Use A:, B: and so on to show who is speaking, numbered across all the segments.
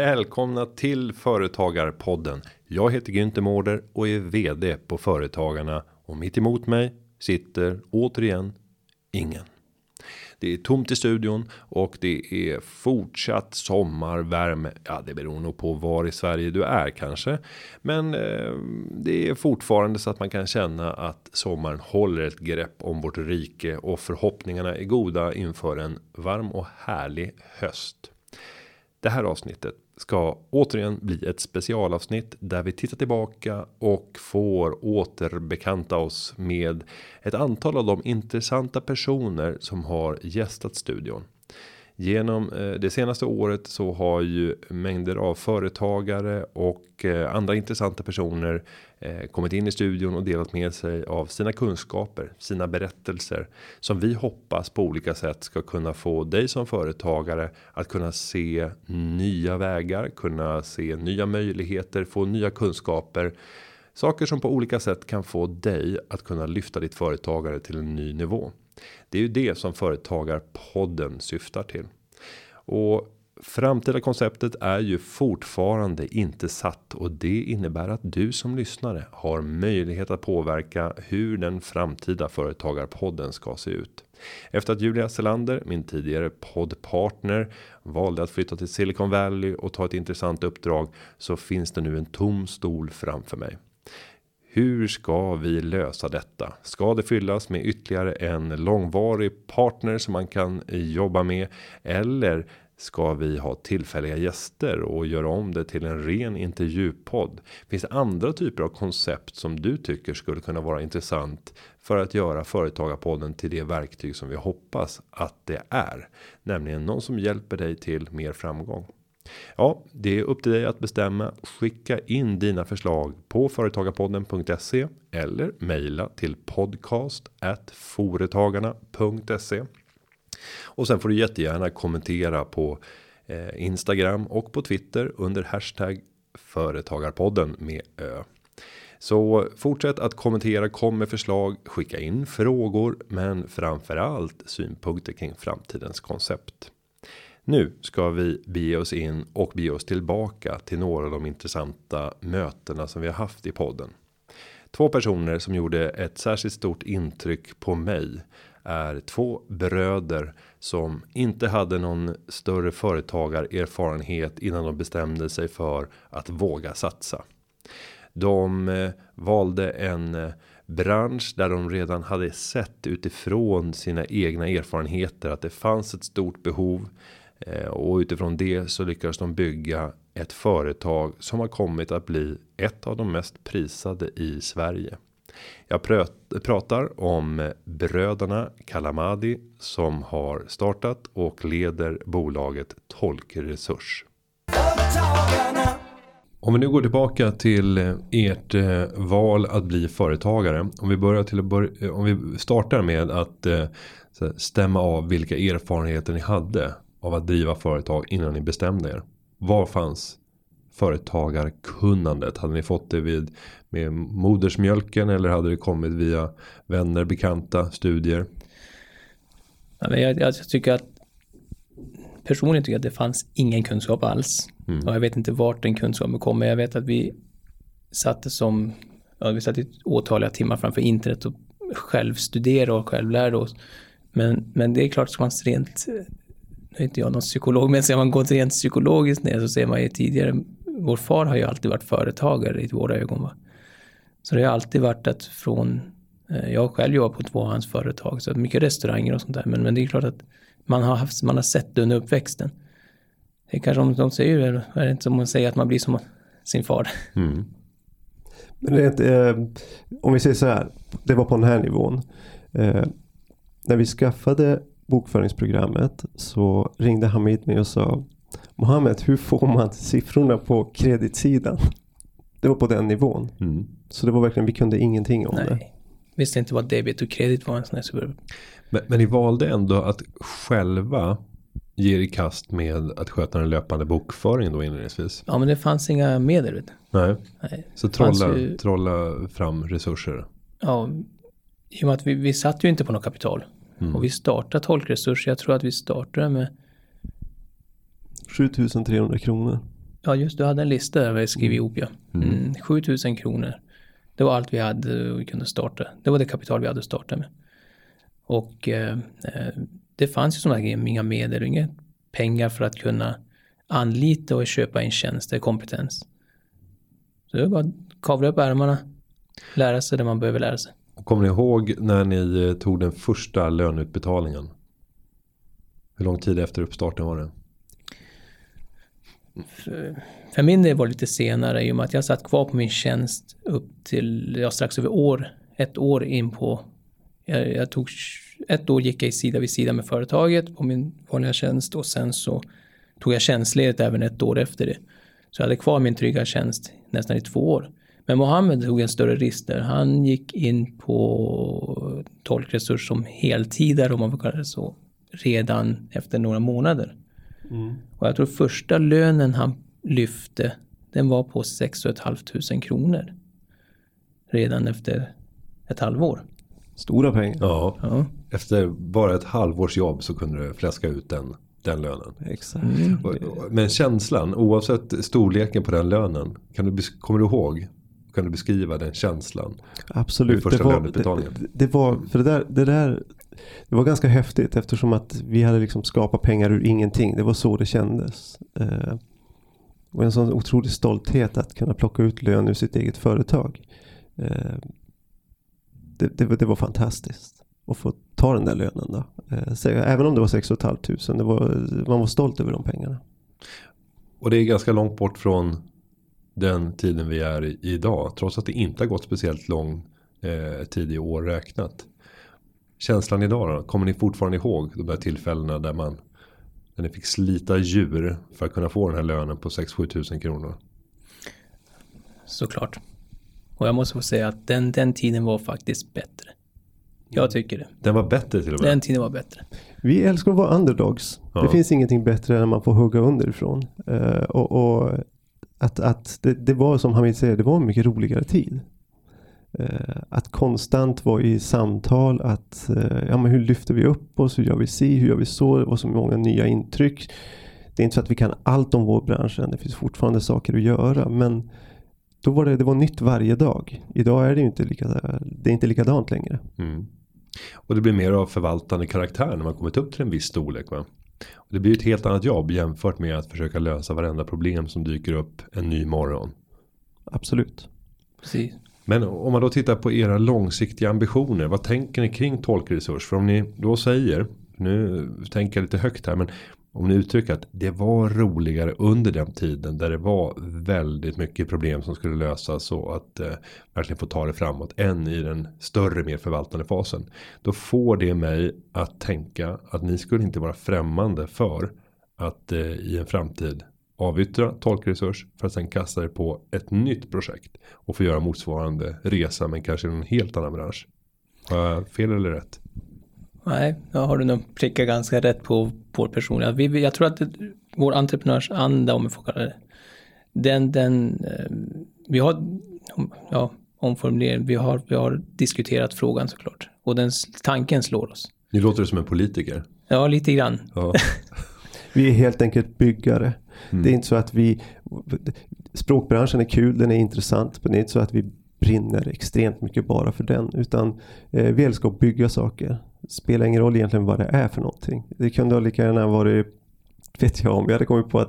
A: välkomna till Företagarpodden. Jag heter Günther Mårder och är vd på Företagarna. Och mitt emot mig sitter återigen ingen. Det är tomt i studion och det är fortsatt sommarvärme. Ja, det beror nog på var i Sverige du är kanske. Men det är fortfarande så att man kan känna att sommaren håller ett grepp om vårt rike. Och förhoppningarna är goda inför en varm och härlig höst. Det här avsnittet ska återigen bli ett specialavsnitt där vi tittar tillbaka och får återbekanta oss med ett antal av de intressanta personer som har gästat studion. Genom det senaste året så har ju mängder av företagare och andra intressanta personer kommit in i studion och delat med sig av sina kunskaper, sina berättelser som vi hoppas på olika sätt ska kunna få dig som företagare att kunna se nya vägar, kunna se nya möjligheter, få nya kunskaper. Saker som på olika sätt kan få dig att kunna lyfta ditt företagare till en ny nivå. Det är ju det som Företagarpodden syftar till. Och framtida konceptet är ju fortfarande inte satt. Och det innebär att du som lyssnare har möjlighet att påverka hur den framtida Företagarpodden ska se ut. Efter att Julia Selander, min tidigare poddpartner, valde att flytta till Silicon Valley och ta ett intressant uppdrag, så finns det nu en tom stol framför mig. Hur ska vi lösa detta? Ska det fyllas med ytterligare en långvarig partner som man kan jobba med? Eller ska vi ha tillfälliga gäster och göra om det till en ren intervjupodd? Finns det andra typer av koncept som du tycker skulle kunna vara intressant för att göra Företagarpodden till det verktyg som vi hoppas att det är? Nämligen någon som hjälper dig till mer framgång. Ja, det är upp till dig att bestämma. Skicka in dina förslag på företagarpodden.se eller mejla till podcast@foretagarna.se. Och sen får du jättegärna kommentera på Instagram och på Twitter under hashtag företagarpodden med ö. Så fortsätt att kommentera, kom med förslag, skicka in frågor, men framförallt synpunkter kring framtidens koncept. Nu ska vi bege oss in och bege oss tillbaka till några av de intressanta mötena som vi har haft i podden. 2 personer som gjorde ett särskilt stort intryck på mig är 2 bröder som inte hade någon större företagarerfarenhet innan de bestämde sig för att våga satsa. De valde en bransch där de redan hade sett utifrån sina egna erfarenheter att det fanns ett stort behov. Och utifrån det så lyckades de bygga ett företag som har kommit att bli ett av de mest prisade i Sverige. Jag pratar om bröderna Kalamadi som har startat och leder bolaget Tolkresurs. Om vi nu går tillbaka till ert val att bli företagare. Om vi startar med att stämma av vilka erfarenheter ni hade av att driva företag innan ni bestämde er. Var fanns företagarkunnandet? Hade ni fått det med modersmjölken eller hade det kommit via vänner, bekanta, studier?
B: Jag tycker att personligen tycker att det fanns ingen kunskap alls. Och jag vet inte vart den kunskapen kommer. Jag vet att vi satt i åtaliga timmar framför internet och självstuderade och självlärde oss. Men det är klart att man rent, nu är inte jag någon psykolog, men ser man går rent psykologiskt ner så ser man ju tidigare, vår far har ju alltid varit företagare i våra ögon, va? Så det har alltid varit att jag själv jobbar på 2 av hans företag, så mycket restauranger och sånt där, men det är klart att man har sett det under uppväxten. Det är kanske om de säger, är det inte som man säger att man blir som sin far.
C: Men om vi säger så här, det var på den här nivån. När vi skaffade bokföringsprogrammet så ringde Hamid mig och sa: Mohammed, hur får man siffrorna på kreditsidan? Det var på den nivån. Så det var verkligen, vi kunde ingenting om det.
B: Visste inte vad debit och kredit var en sån här.
A: Men ni valde ändå att själva ge er i kast med att sköta den löpande bokföringen då inledningsvis.
B: Ja, men det fanns inga medel, vet du. Nej.
A: Så trolla fram resurser.
B: Ja, i och med att vi satt ju inte på något kapital. Och vi startade Tolkresurs. Jag tror att vi startade med
C: 7 300 kronor.
B: Ja, just du hade en lista där vi skrev ihop, ja. 7 000 kronor. Det var allt vi hade och vi kunde starta. Det var det kapital vi hade startat med. Och det fanns ju som sagt inga medel, inga pengar för att kunna anlita och köpa en tjänst eller kompetens. Så det var bara att kavla upp ärmarna, lära sig det man behöver lära sig.
A: Och kommer ni ihåg när ni tog den första löneutbetalningen? Hur lång tid efter uppstarten var det?
B: För min del var det lite senare i och med att jag satt kvar på min tjänst upp till strax över ett år in på. Jag tog ett år gick jag sida vid sida med företaget på min vanliga tjänst och sen så tog jag tjänstledigt även ett år efter det. Så jag hade kvar min trygga tjänst nästan i 2 år. Men Mohammed tog en större risk där. Han gick in på tolkresurs som heltidare om man får kalla det så redan efter några månader. Och jag tror första lönen han lyfte den var på 6 500 kronor redan efter ett halvår.
C: Stora pengar.
A: Ja. Efter bara ett halvårs jobb så kunde du fläska ut den lönen.
C: Exakt.
A: Men känslan, oavsett storleken på den lönen, kommer du ihåg? Kan du beskriva den känslan?
C: Absolut.
A: Första löneutbetalningen.
C: Det var ganska häftigt eftersom att vi hade liksom skapat pengar ur ingenting. Det var så det kändes. Och en sån otrolig stolthet att kunna plocka ut lön ur sitt eget företag. Det var fantastiskt att få ta den där lönen då. Även om det var 6 500, man var stolt över de pengarna.
A: Och det är ganska långt bort från den tiden vi är i idag, trots att det inte har gått speciellt lång tid i år räknat. Känslan idag då? Kommer ni fortfarande ihåg de där tillfällena där ni fick slita djur för att kunna få den här lönen på 6-7 000 kronor?
B: Såklart. Och jag måste få säga att den tiden var faktiskt bättre. Jag tycker det.
A: Den var bättre till och med?
B: Den tiden var bättre.
C: Vi älskar att vara underdogs. Ja. Det finns ingenting bättre än när man får hugga underifrån. Och att det var som Hamid säger, det var en mycket roligare tid. Att konstant vara i samtal, att men hur lyfter vi upp oss, hur gör vi hur gör vi så, det var så många nya intryck. Det är inte så att vi kan allt om vår bransch än, det finns fortfarande saker att göra, men då var det var nytt varje dag. Idag är det inte det är inte likadant längre.
A: Och det blir mer av förvaltande karaktär när man kommit upp till en viss storlek, va? Och det blir ett helt annat jobb jämfört med att försöka lösa varenda problem som dyker upp en ny morgon.
C: Absolut.
B: Precis.
A: Men om man då tittar på era långsiktiga ambitioner, vad tänker ni kring tolkresurs? För om ni då säger, nu tänker jag lite högt här, men om ni uttrycker att det var roligare under den tiden där det var väldigt mycket problem som skulle lösas och att verkligen få ta det framåt än i den större, mer förvaltande fasen. Då får det mig att tänka att ni skulle inte vara främmande för att i en framtid avyttra tolkresurs för att sen kasta det på ett nytt projekt och få göra motsvarande resa men kanske i en helt annan bransch. Har jag fel eller rätt? Nej,
B: då har du nog prickat ganska rätt på vår person. Jag tror att vår entreprenörsanda, om vi får kalla det, vi har omformulering, vi har diskuterat frågan såklart. Och tanken slår oss.
A: Ni låter som en politiker.
B: Ja, lite grann.
A: Ja.
C: Vi är helt enkelt byggare. Det är inte så att språkbranschen är kul, den är intressant, men det är inte så att vi brinner extremt mycket bara för den, utan vi älskar att bygga saker. Spelar ingen roll egentligen vad det är för någonting. Det kunde ha lika gärna varit, vet jag, om vi hade kommit på att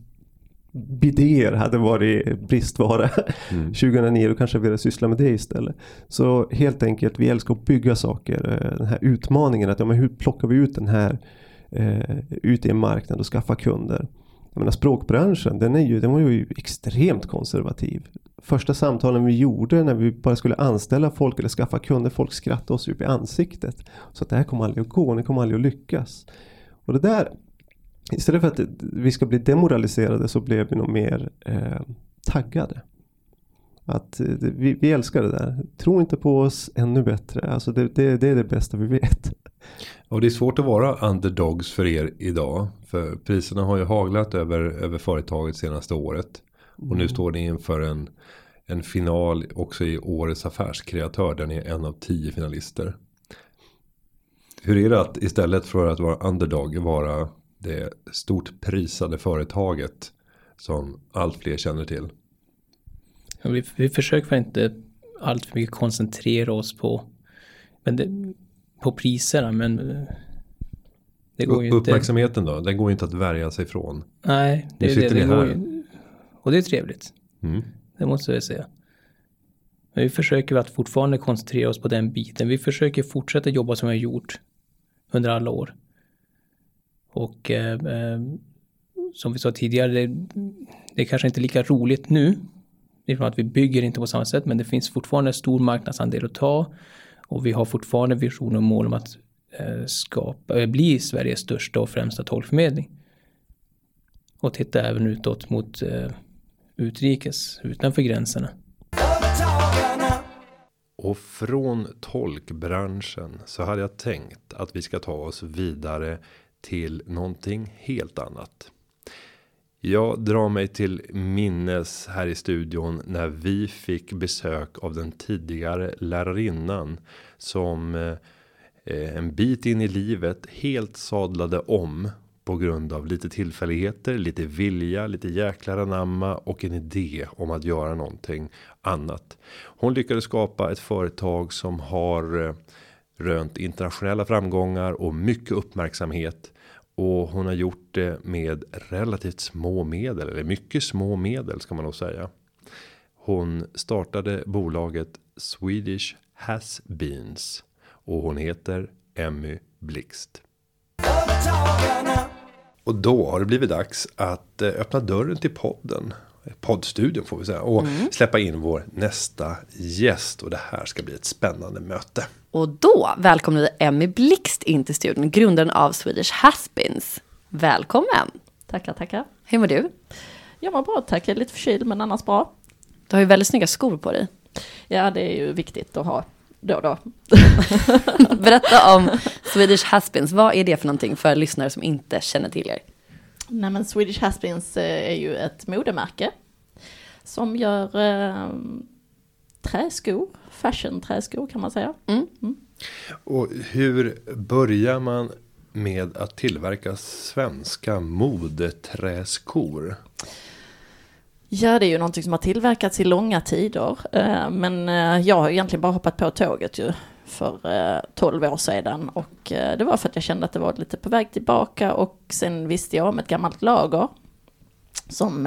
C: bidéer hade varit bristvara 2009, då kanske vi hade sysslat med det istället. Så helt enkelt, vi älskar att bygga saker. Den här utmaningen att hur plockar vi ut den här ut i en marknad och skaffa kunder. Jag menar, språkbranschen, den var ju extremt konservativ. Första samtalen vi gjorde när vi bara skulle anställa folk eller skaffa kunder, folk skrattade oss upp i ansiktet. Så att det här kommer aldrig att gå, det kommer aldrig att lyckas. Och det där, istället för att vi ska bli demoraliserade så blev vi nog mer taggade. Att vi älskar det där. Tro inte på oss, ännu bättre. Alltså det är det bästa vi vet.
A: Och det är svårt att vara underdogs för er idag. För priserna har ju haglat över företaget senaste året. Och nu står ni inför en final också i årets affärskreatör där ni är en av 10 finalister. Hur är det att istället för att vara underdog vara det stort prisade företaget som allt fler känner till.
B: Ja, vi försöker inte allt för mycket koncentrera oss på priserna, men det går ju inte.
A: Uppmärksamheten då, den går inte att värja sig från.
B: Nej, det går ju, och det är trevligt. Det måste jag säga. Men vi försöker att fortfarande koncentrera oss på den biten. Vi försöker fortsätta jobba som vi har gjort under alla år. Och som vi sa tidigare, det är kanske inte lika roligt nu. Det är för att vi bygger inte på samma sätt, men det finns fortfarande en stor marknadsandel att ta. Och vi har fortfarande vision och mål om att bli Sveriges största och främsta tolkförmedling. Och titta även utåt mot utrikes, utanför gränserna.
A: Och från tolkbranschen så hade jag tänkt att vi ska ta oss vidare till någonting helt annat. Jag drar mig till minnes här i studion när vi fick besök av den tidigare lärarinnan som en bit in i livet helt sadlade om på grund av lite tillfälligheter, lite vilja, lite jäklar anamma och en idé om att göra någonting annat. Hon lyckades skapa ett företag som har rönt internationella framgångar och mycket uppmärksamhet. Och hon har gjort det med relativt små medel, eller mycket små medel ska man nog säga. Hon startade bolaget Swedish Has Beens och hon heter Emmy Blixt. Och då har det blivit dags att öppna dörren till poddstudion får vi säga, och släppa in vår nästa gäst, och det här ska bli ett spännande möte.
D: Och då välkomnar vi Emmy Blixt in till studion, grundaren av Swedish Has Beens. Välkommen!
E: Tackar.
D: Hur mår du?
E: Jag mår bra, tack. Jag är lite förkyld, men annars bra.
D: Du har ju väldigt snygga skor på dig.
E: Ja, det är ju viktigt att ha då.
D: Berätta om Swedish Has Beens. Vad är det för någonting för lyssnare som inte känner till er?
E: Nej, men Swedish Has Beens är ju ett modemärke som gör träskor, fashion-träskor kan man säga.
A: Och hur börjar man med att tillverka svenska modeträskor?
E: Ja, det är ju någonting som har tillverkats i långa tider. Men jag har egentligen bara hoppat på tåget ju för 12 år sedan. Och det var för att jag kände att det var lite på väg tillbaka. Och sen visste jag om ett gammalt lager som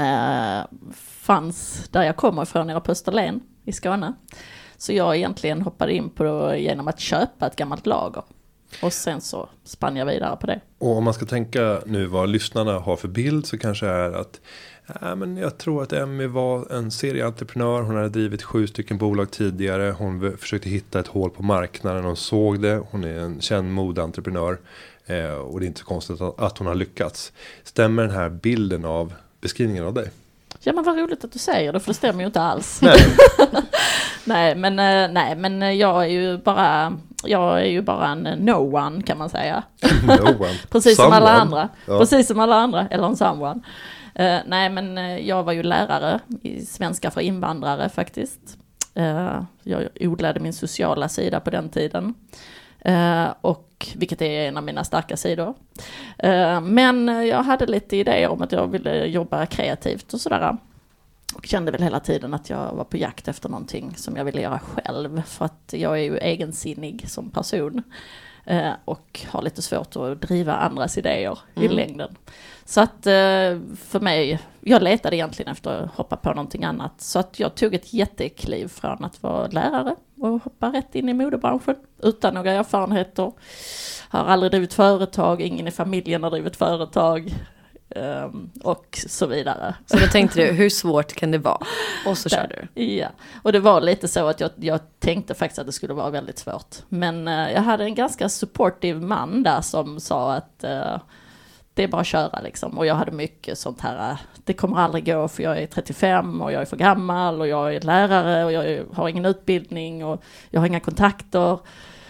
E: fanns där jag kommer ifrån, nere på Österlen i Skåne. Så jag egentligen hoppade in på det genom att köpa ett gammalt lager. Och sen så spann jag vidare på det.
A: Och om man ska tänka nu vad lyssnarna har för bild, så kanske är att men jag tror att Emmy var en serieentreprenör. Hon hade drivit 7 stycken bolag tidigare. Hon försökte hitta ett hål på marknaden och såg det. Hon är en känd modeentreprenör. Och det är inte så konstigt att hon har lyckats. Stämmer den här bilden av beskrivningen av dig?
E: Ja, men vad roligt att du säger det, för det stämmer ju inte alls. Nej, men jag är ju bara en no one kan man säga.
A: No one.
E: Precis
A: someone.
E: Som alla andra.
A: Ja.
E: Precis som alla andra, eller en someone. Nej, men jag var ju lärare i svenska för invandrare faktiskt. Jag odlade min sociala sida på den tiden. Och vilket är en av mina starka sidor. Men jag hade lite idéer om att jag ville jobba kreativt och sådär. Och kände väl hela tiden att jag var på jakt efter någonting som jag ville göra själv. För att jag är ju egensinnig som person. Och har lite svårt att driva andras idéer i längden. Så att för mig, jag letade egentligen efter att hoppa på någonting annat. Så att jag tog ett jättekliv från att vara lärare och hoppa rätt in i modebranschen utan några erfarenheter. Har aldrig drivit företag, ingen i familjen har drivit företag och så vidare.
D: Så då tänkte du, hur svårt kan det vara? Och så körde du.
E: Ja, och det var lite så att jag tänkte faktiskt att det skulle vara väldigt svårt. Men jag hade en ganska supportive man där som sa att det är bara att köra liksom. Och jag hade mycket sånt här, det kommer aldrig gå för jag är 35 och jag är för gammal och jag är lärare och jag har ingen utbildning och jag har inga kontakter.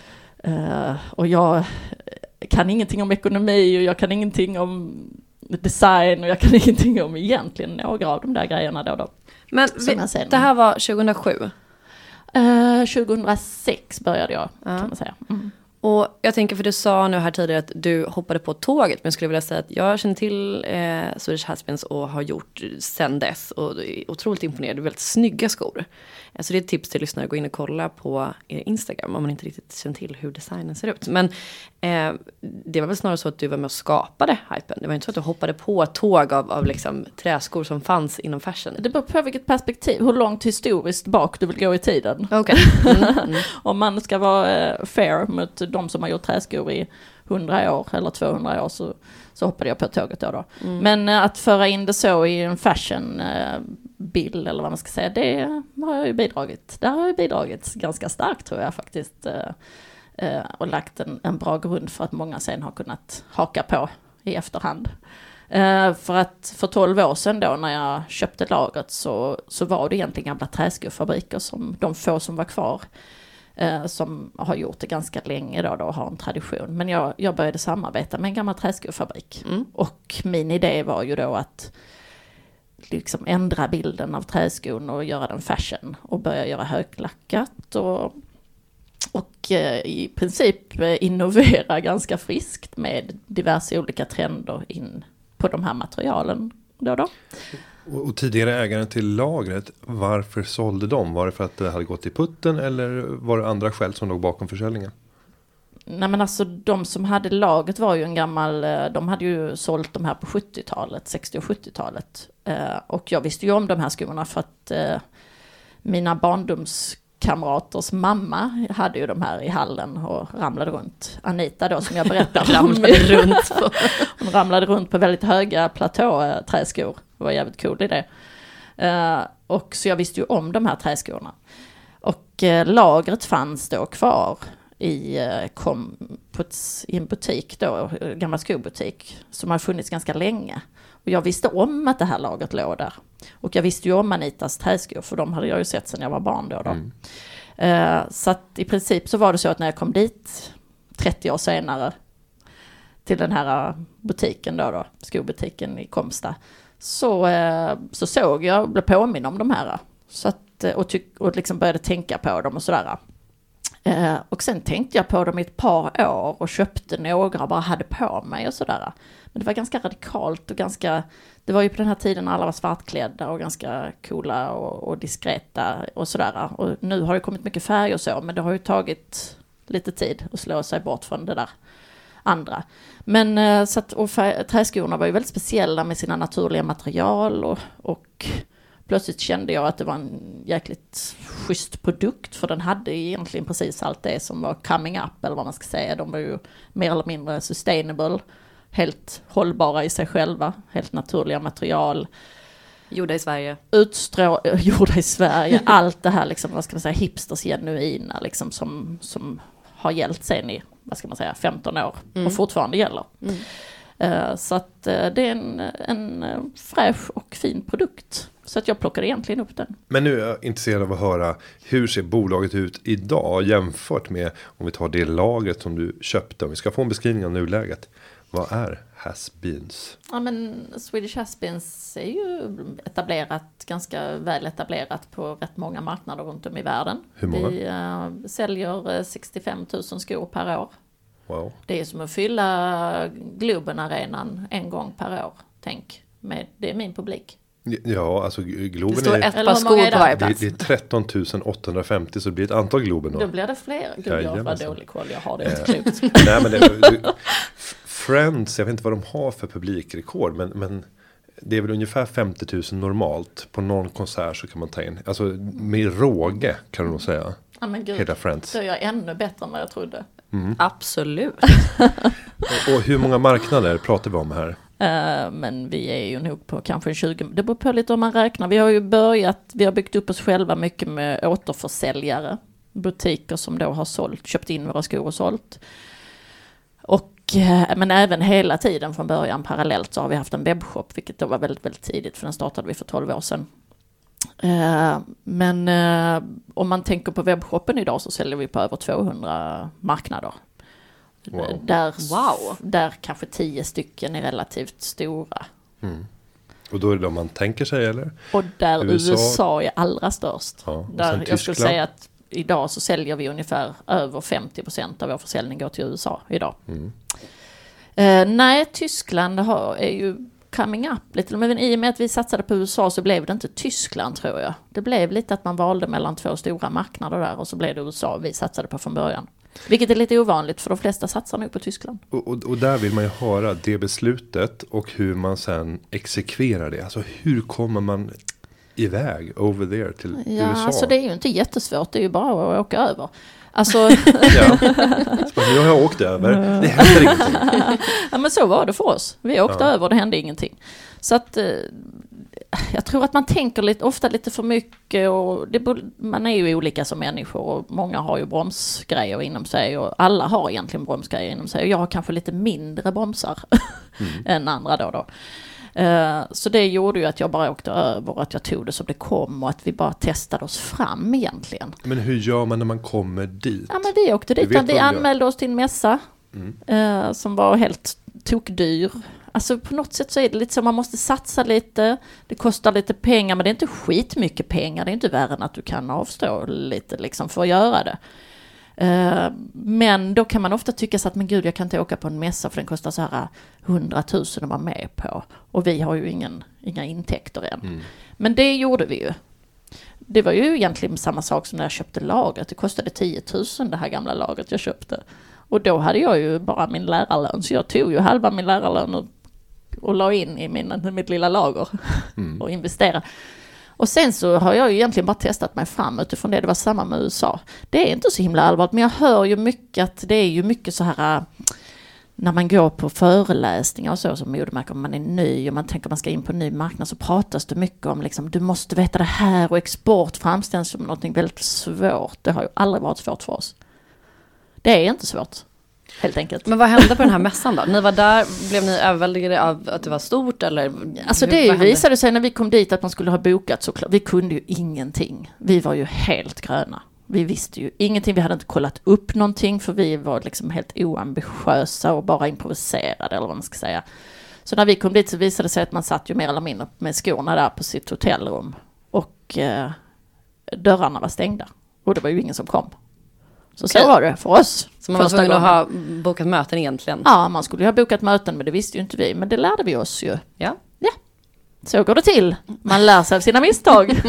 E: Och jag kan ingenting om ekonomi och jag kan ingenting om design och jag kan ingenting om egentligen några av de där grejerna då.
D: Men det här var 2007?
E: 2006 började jag kan man säga.
D: Och jag tänker, för du sa nu här tidigare att du hoppade på tåget, men jag skulle vilja säga att jag känner till Swedish Haspins och har gjort sen dess, och är otroligt imponerad. Det är väldigt snygga skor. Så det är ett tips till lyssnare att gå in och kolla på er Instagram om man inte riktigt känner till hur designen ser ut. Men det var väl snarare så att du var med och skapade hypen. Det var inte så att du hoppade på ett tåg av liksom träskor som fanns inom fashion.
E: Det beror på vilket perspektiv, hur långt historiskt bak du vill gå i tiden.
D: Okay.
E: Om man ska vara fair mot de som har gjort träskor i 100 år eller 200 år så hoppade jag på tåget då. Men att föra in det så i en fashion-bild eller vad man ska säga, det har jag ju bidragit. Där har jag bidragit ganska starkt, tror jag faktiskt. Och lagt en bra grund för att många sen har kunnat haka på i efterhand. För att för 12 år sedan då när jag köpte lagret så var det egentligen gamla träskofabriker, som de få som var kvar, som har gjort det ganska länge då och har en tradition. Men jag började samarbeta med en gammal träskofabrik. Och min idé var ju då att liksom ändra bilden av träskon och göra den fashion och börja göra höglackat och i princip innovera ganska friskt med diverse olika trender in på de här materialen då.
A: Och tidigare ägaren till lagret, varför sålde de? Var det för att det hade gått i putten eller var det andra skäl som låg bakom försäljningen?
E: Nej, men alltså de som hade laget var ju en gammal, de hade ju sålt de här på 70-talet, 60- och 70-talet. Och jag visste ju om de här skorna för att mina barndomskamraters mamma hade ju de här i hallen och ramlade runt. Anita då, som jag berättade om. Hon ramlade runt på väldigt höga platåträskor. Det var jävligt cool i det. Och så jag visste ju om de här träskorna. Och lagret fanns då kvar i en butik då, gammal skobutik, som har funnits ganska länge. Och jag visste om att det här lagret låg där. Och jag visste ju om Anitas träskor, för de hade jag ju sett sedan jag var barn då. Så att i princip så var det så att när jag kom dit 30 år senare till den här butiken då, skobutiken i Komsta, så såg jag och blev påminn om de här. Så att, och liksom började tänka på dem och sådär. Och sen tänkte jag på dem i ett par år och köpte några och bara hade på mig och sådär. Men det var ganska radikalt och det var ju på den här tiden när alla var svartklädda och ganska coola och diskreta och sådär. Och nu har det kommit mycket färg och så, men det har ju tagit lite tid att slå sig bort från det där andra. Men så att, träskorna var ju väldigt speciella med sina naturliga material och plötsligt kände jag att det var en jäkligt schysst produkt, för den hade egentligen precis allt det som var coming up, eller vad man ska säga. De var ju mer eller mindre sustainable, helt hållbara i sig själva, helt naturliga material.
D: Gjorda i Sverige.
E: Gjorda i Sverige. Allt det här liksom, vad ska man säga, hipsters genuina liksom, som har gällt sen i, vad ska man säga, 15 år och fortfarande gäller. Så att det är en fräsch och fin produkt. Så att jag plockade egentligen upp den.
A: Men nu är jag intresserad av att höra, hur ser bolaget ut idag jämfört med om vi tar det lagret som du köpte? Om vi ska få en beskrivning av nuläget. Vad är Haspins?
E: Ja, men Swedish Haspins är ju ganska väl etablerat på rätt många marknader runt om i världen.
A: Hur många?
E: Vi säljer 65 000 skor per år.
A: Wow.
E: Det är som att fylla Globen-arenan en gång per år, tänk. Det är min publik.
A: Ja, alltså Globen
D: det står
A: är...
D: ett par skor på varje plats.
A: Det är 13 850, så det blir ett antal Globen då.
E: Då blir det fler. Gud, jag var dålig koll, jag har det inte klokt.
A: Nej, men Friends, jag vet inte vad de har för publikrekord, men det är väl ungefär 50 000 normalt. På någon konsert så kan man ta in, alltså med råge kan du nog säga.
E: Ja, men gud,
A: hela Friends.
E: så är jag ännu bättre än vad jag trodde.
D: Absolut.
A: Och hur många marknader pratar vi om här?
E: Men vi är ju nog på kanske 20, det beror på lite om man räknar. Vi har byggt upp oss själva mycket med återförsäljare. Butiker som då har köpt in våra skor och sålt. Men även hela tiden från början parallellt så har vi haft en webbshop, vilket då var väldigt, väldigt tidigt, för den startade vi för 12 år sedan. Men om man tänker på webbshoppen idag så säljer vi på över 200 marknader.
A: Wow.
E: Där kanske 10 stycken är relativt stora.
A: Och då är det de man tänker sig, eller?
E: Och där USA är allra störst.
A: Ja,
E: där jag skulle säga att idag så säljer vi ungefär över 50% av vår försäljning går till USA idag. Nej, Tyskland är ju coming up lite. Men i och med att vi satsade på USA så blev det inte Tyskland, tror jag. Det blev lite att man valde mellan 2 stora marknader där och så blev det USA vi satsade på från början. Vilket är lite ovanligt för de flesta satsar nu på Tyskland.
A: Och där vill man ju höra det beslutet och hur man sen exekverar det. Alltså hur kommer man iväg over there till USA?
E: Ja, alltså det är ju inte jättesvårt. Det är ju bara att åka över. Alltså...
A: ja. Nu har jag åkt över. Det händer ingenting.
E: Ja, men så var det för oss. Vi åkte över och det hände ingenting. Så att... jag tror att man tänker ofta lite för mycket och man är ju olika som människor och många har ju bromsgrejer inom sig och alla har egentligen bromsgrejer inom sig och jag har kanske lite mindre bromsar än andra då. Så det gjorde ju att jag bara åkte över och att jag tog det som det kom och att vi bara testade oss fram egentligen.
A: Men hur gör man när man kommer dit?
E: Ja, men vi åkte dit. Vi anmälde oss till en mässa som var helt tokdyr. Alltså på något sätt så är det lite så man måste satsa lite. Det kostar lite pengar men det är inte skitmycket pengar. Det är inte värre än att du kan avstå lite liksom för att göra det. Men då kan man ofta tycka så att men gud jag kan inte åka på en mässa för den kostar så här 100 000 att vara med på. Och vi har ju inga intäkter än. Men det gjorde vi ju. Det var ju egentligen samma sak som när jag köpte lagret. Det kostade 10 000 det här gamla lagret jag köpte. Och då hade jag ju bara min lärarlön. Så jag tog ju halva min lärarlön och la in i mitt lilla lager och investerade. Och sen så har jag ju egentligen bara testat mig fram utifrån det. Det var samma med USA. Det är inte så himla allvarligt men jag hör ju mycket att det är ju mycket så här när man går på föreläsningar och så som modemärke om man är ny och man tänker man ska in på en ny marknad så pratas det mycket om liksom du måste veta det här och export framställs som något väldigt svårt. Det har ju aldrig varit svårt för oss. Det är inte svårt. Helt enkelt.
D: Men vad hände på den här mässan då? Ni var där, blev ni överväldigade av att det var stort eller?
E: Alltså det visade sig när vi kom dit att man skulle ha bokat såklart. Vi kunde ju ingenting. Vi var ju helt gröna. Vi visste ju ingenting. Vi hade inte kollat upp någonting för vi var liksom helt oambitiösa och bara improviserade eller vad man ska säga. Så när vi kom dit så visade det sig att man satt ju mer eller mindre med skorna där på sitt hotellrum och dörrarna var stängda. Och det var ju ingen som kom. Så var det för oss.
D: Så man var tvungen att ha bokat möten egentligen?
E: Ja, man skulle ju ha bokat möten men det visste ju inte vi. Men det lärde vi oss ju.
D: Ja.
E: Så går det till. Man lär sig av sina misstag.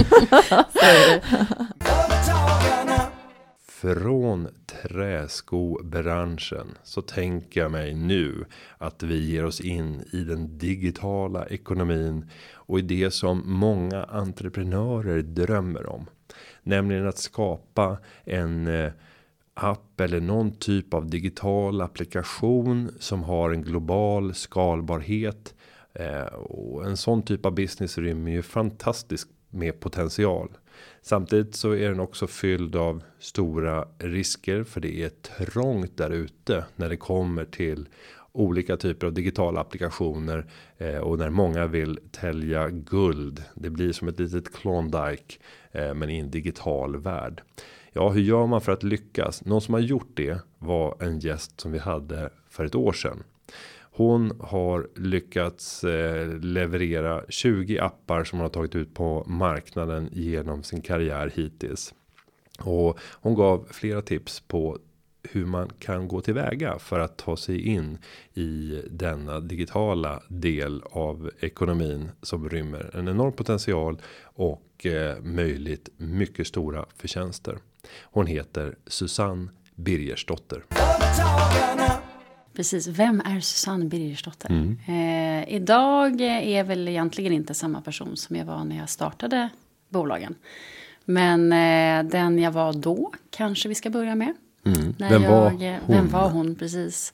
A: Från träskobranschen så tänker jag mig nu att vi ger oss in i den digitala ekonomin och i det som många entreprenörer drömmer om. Nämligen att skapa en app eller någon typ av digital applikation som har en global skalbarhet. Och en sån typ av business rymmer ju fantastiskt med potential. Samtidigt så är den också fylld av stora risker för det är trångt där ute när det kommer till olika typer av digitala applikationer och när många vill tälja guld. Det blir som ett litet Klondike men i en digital värld. Ja, hur gör man för att lyckas? Någon som har gjort det var en gäst som vi hade för ett år sedan. Hon har lyckats leverera 20 appar som hon har tagit ut på marknaden genom sin karriär hittills. Och hon gav flera tips på hur man kan gå tillväga för att ta sig in i denna digitala del av ekonomin som rymmer en enorm potential och möjligt mycket stora förtjänster. Hon heter Susanne Birgersdotter.
F: Precis, vem är Susanne Birgersdotter? Idag är jag väl egentligen inte samma person som jag var när jag startade bolagen. Men den jag var då kanske vi ska börja med. Vem var hon? Precis.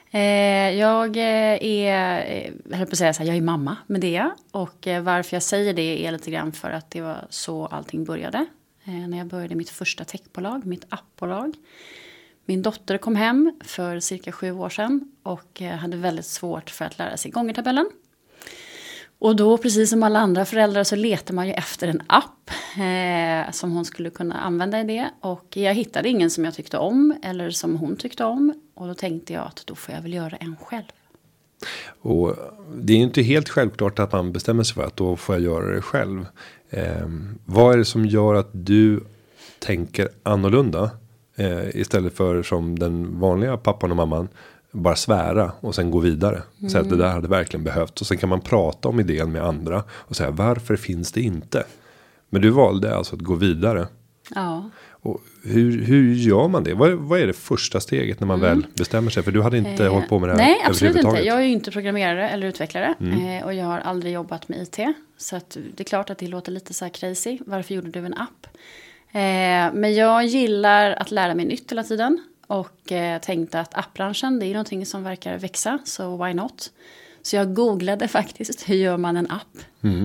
F: Jag höll på att säga så här, jag är mamma med det. Och varför jag säger det är lite grann för att det var så allting började. När jag började mitt första techbolag, mitt appbolag. Min dotter kom hem för cirka 7 år sedan och hade väldigt svårt för att lära sig gångertabellen. Och då, precis som alla andra föräldrar, så letar man ju efter en app som hon skulle kunna använda i det. Och jag hittade ingen som jag tyckte om eller som hon tyckte om. Och då tänkte jag att då får jag väl göra en själv.
A: Och det är inte helt självklart att man bestämmer sig för att då får jag göra det själv. Vad är det som gör att du tänker annorlunda. Istället för som den vanliga pappan och mamman. Bara svära och sen gå vidare. Så att det där hade verkligen behövt. Och sen kan man prata om idén med andra. Och säga varför finns det inte? Men du valde alltså att gå vidare.
F: Ja.
A: Och hur gör man det? Vad är det första steget när man väl bestämmer sig? För du hade inte hållit på med det här.
F: Nej, absolut inte. Jag är ju inte programmerare eller utvecklare. Och jag har aldrig jobbat med IT. Så att det är klart att det låter lite så här crazy. Varför gjorde du en app? Men jag gillar att lära mig nytt hela tiden. Och tänkte att appbranschen, det är någonting som verkar växa. Så why not? Så jag googlade faktiskt, hur gör man en app?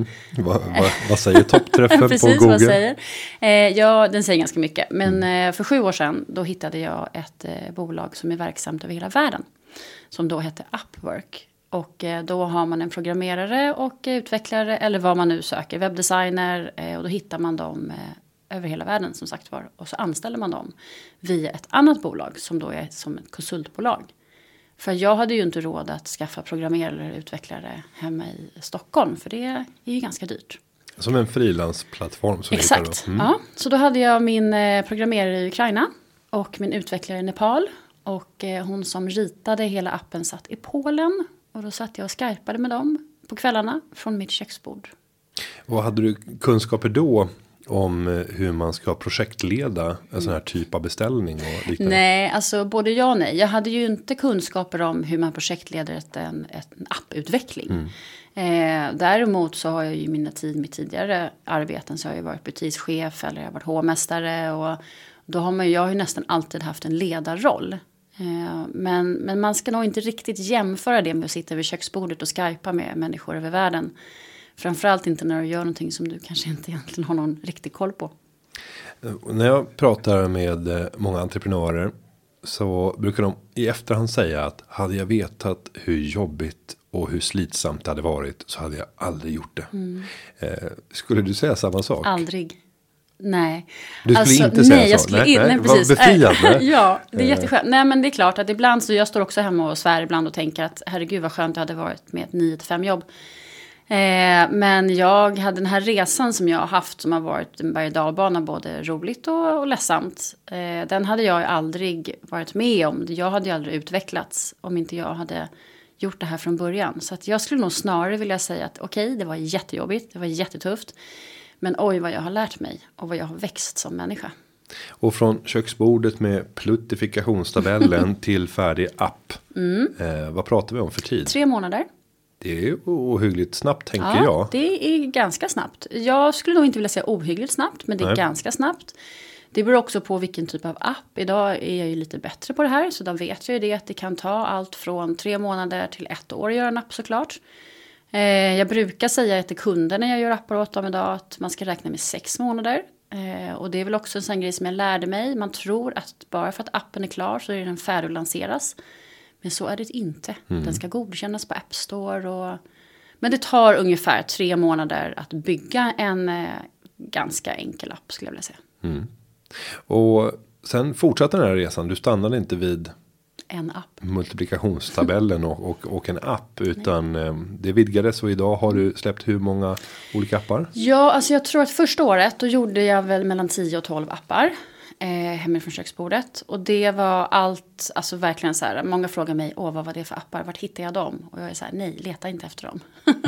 A: Vad säger toppträffen på Google?
F: Precis, vad säger? Ja, den säger ganska mycket. Men för 7 år sedan, då hittade jag ett bolag som är verksamt över hela världen. Som då hette Upwork. Och då har man en programmerare och utvecklare, eller vad man nu söker, webbdesigner. Och då hittar man dem över hela världen som sagt var. Och så anställer man dem via ett annat bolag som då är som ett konsultbolag. För jag hade ju inte råd att skaffa programmerare eller utvecklare hemma i Stockholm. För det är ju ganska dyrt.
A: Som en frilansplattform.
F: Exakt, ja. Så då hade jag min programmerare i Ukraina och min utvecklare i Nepal. Och hon som ritade hela appen satt i Polen. Och då satt jag och skypade med dem på kvällarna från mitt köksbord.
A: Och hade du kunskaper då om hur man ska projektleda en sån här typ av beställning och liknande?
F: Nej, alltså både ja och nej. Jag hade ju inte kunskaper om hur man projektleder en apputveckling. Däremot så har jag ju mitt tidigare arbeten så har jag varit butikschef eller jag har varit hovmästare och då har jag har ju nästan alltid haft en ledarroll. Men man ska nog inte riktigt jämföra det med att sitta vid köksbordet och skypa med människor över världen. Framförallt inte när du gör någonting som du kanske inte egentligen har någon riktig koll på.
A: När jag pratar med många entreprenörer så brukar de i efterhand säga att hade jag vetat hur jobbigt och hur slitsamt det hade varit så hade jag aldrig gjort det. Skulle du säga samma sak?
F: Aldrig. Nej.
A: Du skulle inte säga så?
F: Jag skulle nej, precis.
A: Vad befriande.
F: Ja, det är jätteskönt. Nej, men det är klart att ibland så jag står också hemma och svär ibland och tänker att herregud vad skönt det hade varit med ett 9-5 jobb. Men jag hade den här resan som jag har haft som har varit en berg- och dalbana både roligt och ledsamt. Den hade jag aldrig varit med om. Jag hade ju aldrig utvecklats om inte jag hade gjort det här från början. Så att jag skulle nog snarare vilja säga att okej, det var jättejobbigt, det var jättetufft. Men oj vad jag har lärt mig och vad jag har växt som människa.
A: Och från köksbordet med pluttifikationstabellen till färdig app. Vad pratar vi om för tid?
F: 3 månader.
A: Det är ohyggligt snabbt tänker jag.
F: Det är ganska snabbt. Jag skulle nog inte vilja säga ohyggligt snabbt, men det är ganska snabbt. Det beror också på vilken typ av app. Idag är jag ju lite bättre på det här, så då vet jag ju det att det kan ta allt från 3 månader till 1 år att göra en app såklart. Jag brukar säga till kunder när jag gör appar åt dem idag att man ska räkna med 6 månader. Och det är väl också en sån grej som jag lärde mig. Man tror att bara för att appen är klar så är den färdig att lanseras. Men så är det inte. Den ska godkännas på App Store. Men det tar ungefär 3 månader att bygga en ganska enkel app skulle jag vilja säga.
A: Och sen fortsatte den här resan. Du stannade inte vid
F: en app.
A: Multiplikationstabellen och en app. Utan det vidgades och idag har du släppt hur många olika appar?
F: Ja, alltså jag tror att första året då gjorde jag väl mellan 10 och 12 appar. Hemifrån köksbordet. Och det var allt, alltså verkligen så här. Många frågar mig, vad var det för appar? Vart hittade jag dem? Och jag är så här, nej, leta inte efter dem.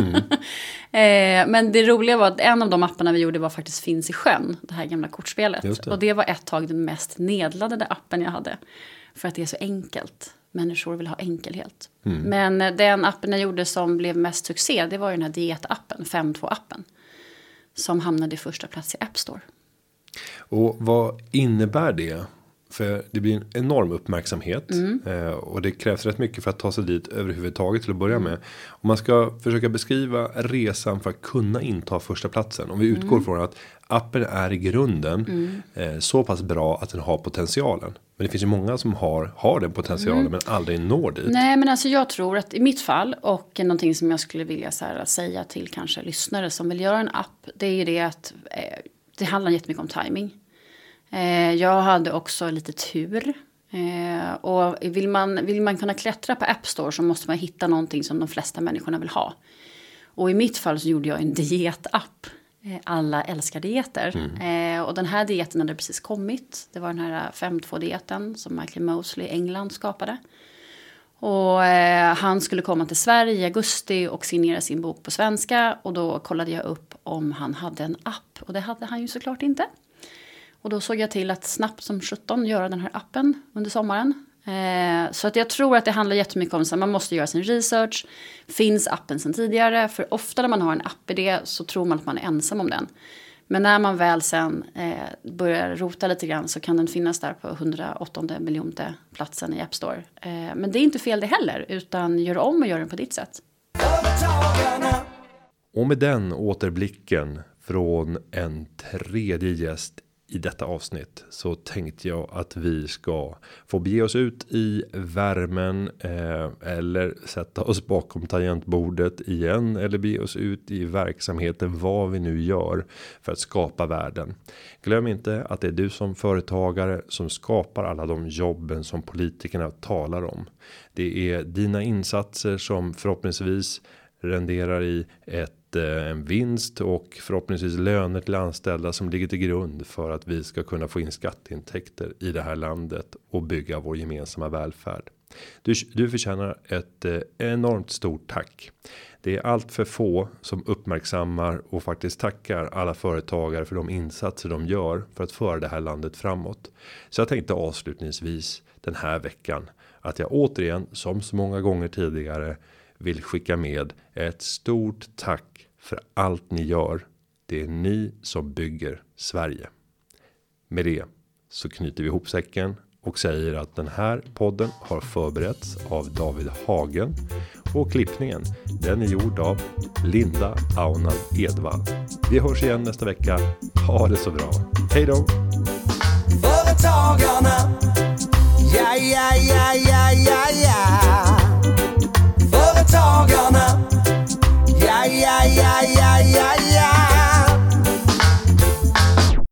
F: Men det roliga var att en av de apparna vi gjorde var faktiskt Finns i sjön. Det här gamla kortspelet. Och det var ett tag den mest nedladdade appen jag hade. För att det är så enkelt. Människor vill ha enkelhet. Men den appen jag gjorde som blev mest succé, det var ju den här dietappen, 5.2-appen. Som hamnade i första plats i App Store. Och
A: vad innebär det? För det blir en enorm uppmärksamhet. Och det krävs rätt mycket för att ta sig dit överhuvudtaget till att börja med. Om man ska försöka beskriva resan för att kunna inta första platsen. Om vi utgår från att appen är i grunden så pass bra att den har potentialen. Men det finns ju många som har den potentialen men aldrig når dit.
F: Nej, men alltså jag tror att i mitt fall och någonting som jag skulle vilja så här, säga till kanske lyssnare som vill göra en app. Det är ju det att det handlar jättemycket om timing. Jag hade också lite tur. Och vill man kunna klättra på App Store så måste man hitta någonting som de flesta människorna vill ha. Och i mitt fall så gjorde jag en dietapp. alla älskar dieter. Och den här dieten hade precis kommit. Det var den här 5-2-dieten som Michael Mosley i England skapade. Och han skulle komma till Sverige i augusti och signera sin bok på svenska. Och då kollade jag upp om han hade en app. Och det hade han ju såklart inte. Och då såg jag till att snabbt som 17 göra den här appen under sommaren. Så att jag tror att det handlar jättemycket om att man måste göra sin research. Finns appen sedan tidigare? För ofta när man har en app-idé så tror man att man är ensam om den. Men när man väl sen börjar rota lite grann så kan den finnas där på 108 miljonte platsen i App Store. Men det är inte fel det heller, utan gör om och gör den på ditt sätt.
A: Och med den återblicken från en tredje gäst i detta avsnitt så tänkte jag att vi ska få bege oss ut i värmen eller sätta oss bakom tangentbordet igen eller bege oss ut i verksamheten, vad vi nu gör för att skapa världen. Glöm inte att det är du som företagare som skapar alla de jobben som politikerna talar om. Det är dina insatser som förhoppningsvis renderar i en vinst och förhoppningsvis löner till anställda som ligger till grund för att vi ska kunna få in skatteintäkter i det här landet och bygga vår gemensamma välfärd. Du förtjänar ett enormt stort tack. Det är allt för få som uppmärksammar och faktiskt tackar alla företagare för de insatser de gör för att föra det här landet framåt. Så jag tänkte avslutningsvis den här veckan att jag återigen som så många gånger tidigare vill skicka med ett stort tack för allt ni gör. Det är ni som bygger Sverige. Med det så knyter vi ihop säcken och säger att den här podden har förberetts av David Hagen och klippningen den är gjord av Linda Aunald Edvall. Vi hörs igen nästa vecka. Ha det så bra. Hej då!
G: Företagarna, ja, ja, ja, ja, ja, ja. Företagarna, ja, ja, ja, ja, ja, ja.